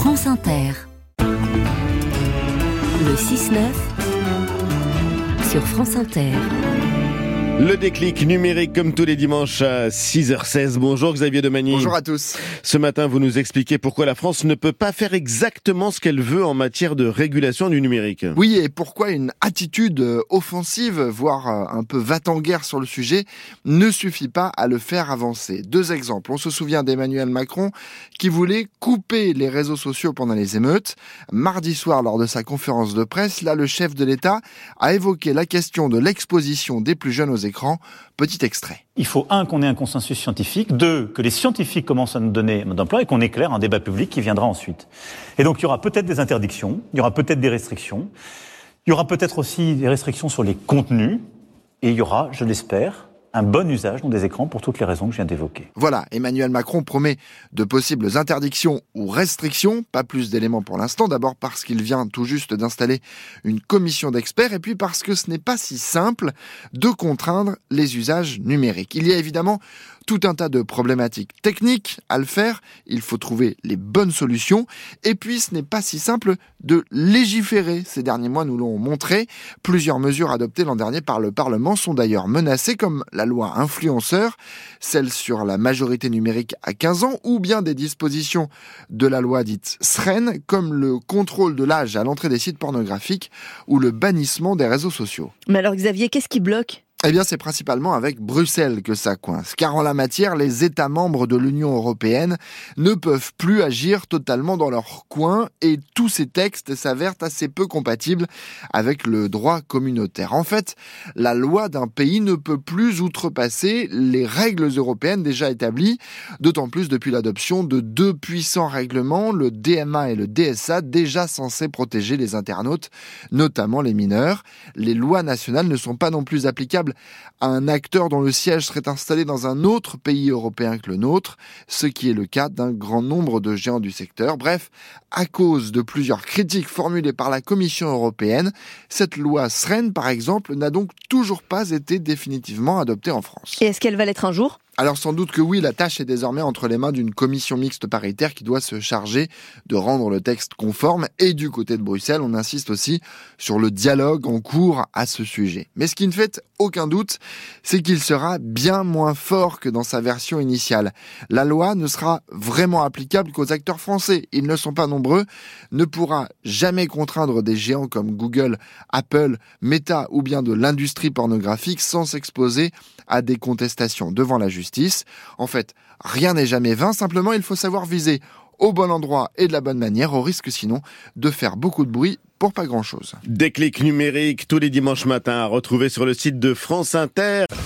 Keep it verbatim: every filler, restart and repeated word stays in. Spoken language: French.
France Inter. Le six neuf sur France Inter. Le déclic numérique comme tous les dimanches à six heures seize. Bonjour Xavier Demagny. Bonjour à tous. Ce matin, vous nous expliquez pourquoi la France ne peut pas faire exactement ce qu'elle veut en matière de régulation du numérique. Oui, et pourquoi une attitude offensive, voire un peu va-t-en-guerre sur le sujet, ne suffit pas à le faire avancer. Deux exemples. On se souvient d'Emmanuel Macron qui voulait couper les réseaux sociaux pendant les émeutes. Mardi soir, lors de sa conférence de presse, là, le chef de l'État a évoqué la question de l'exposition des plus jeunes aux écrans. Petit extrait. Il faut, un, qu'on ait un consensus scientifique, deux, que les scientifiques commencent à nous donner un mode d'emploi et qu'on éclaire un débat public qui viendra ensuite. Et donc il y aura peut-être des interdictions, il y aura peut-être des restrictions, il y aura peut-être aussi des restrictions sur les contenus, et il y aura, je l'espère, un bon usage des écrans pour toutes les raisons que je viens d'évoquer. Voilà, Emmanuel Macron promet de possibles interdictions ou restrictions, pas plus d'éléments pour l'instant, d'abord parce qu'il vient tout juste d'installer une commission d'experts, et puis parce que ce n'est pas si simple de contraindre les usages numériques. Il y a évidemment tout un tas de problématiques techniques à le faire, il faut trouver les bonnes solutions, et puis ce n'est pas si simple de légiférer. Ces derniers mois nous l'ont montré, plusieurs mesures adoptées l'an dernier par le Parlement sont d'ailleurs menacées, comme la loi influenceur, celle sur la majorité numérique à quinze ans, ou bien des dispositions de la loi dite S R E N, comme le contrôle de l'âge à l'entrée des sites pornographiques ou le bannissement des réseaux sociaux. Mais alors Xavier, qu'est-ce qui bloque ? Eh bien, c'est principalement avec Bruxelles que ça coince, car en la matière, les États membres de l'Union européenne ne peuvent plus agir totalement dans leur coin, et tous ces textes s'avèrent assez peu compatibles avec le droit communautaire. En fait, la loi d'un pays ne peut plus outrepasser les règles européennes déjà établies, d'autant plus depuis l'adoption de deux puissants règlements, le D M A et le D S A, déjà censés protéger les internautes, notamment les mineurs. Les lois nationales ne sont pas non plus applicables à un acteur dont le siège serait installé dans un autre pays européen que le nôtre, ce qui est le cas d'un grand nombre de géants du secteur. Bref, à cause de plusieurs critiques formulées par la Commission européenne, cette loi S R E N, par exemple, n'a donc toujours pas été définitivement adoptée en France. Et est-ce qu'elle va l'être un jour ? Alors sans doute que oui, la tâche est désormais entre les mains d'une commission mixte paritaire qui doit se charger de rendre le texte conforme, et du côté de Bruxelles, on insiste aussi sur le dialogue en cours à ce sujet. Mais ce qui ne fait aucun doute, c'est qu'il sera bien moins fort que dans sa version initiale. La loi ne sera vraiment applicable qu'aux acteurs français. Ils ne sont pas nombreux, ne pourra jamais contraindre des géants comme Google, Apple, Meta ou bien de l'industrie pornographique sans s'exposer à des contestations devant la justice. En fait, rien n'est jamais vain, simplement il faut savoir viser au bon endroit et de la bonne manière, au risque sinon de faire beaucoup de bruit pour pas grand-chose. Déclic numérique tous les dimanches matins à retrouver sur le site de France Inter.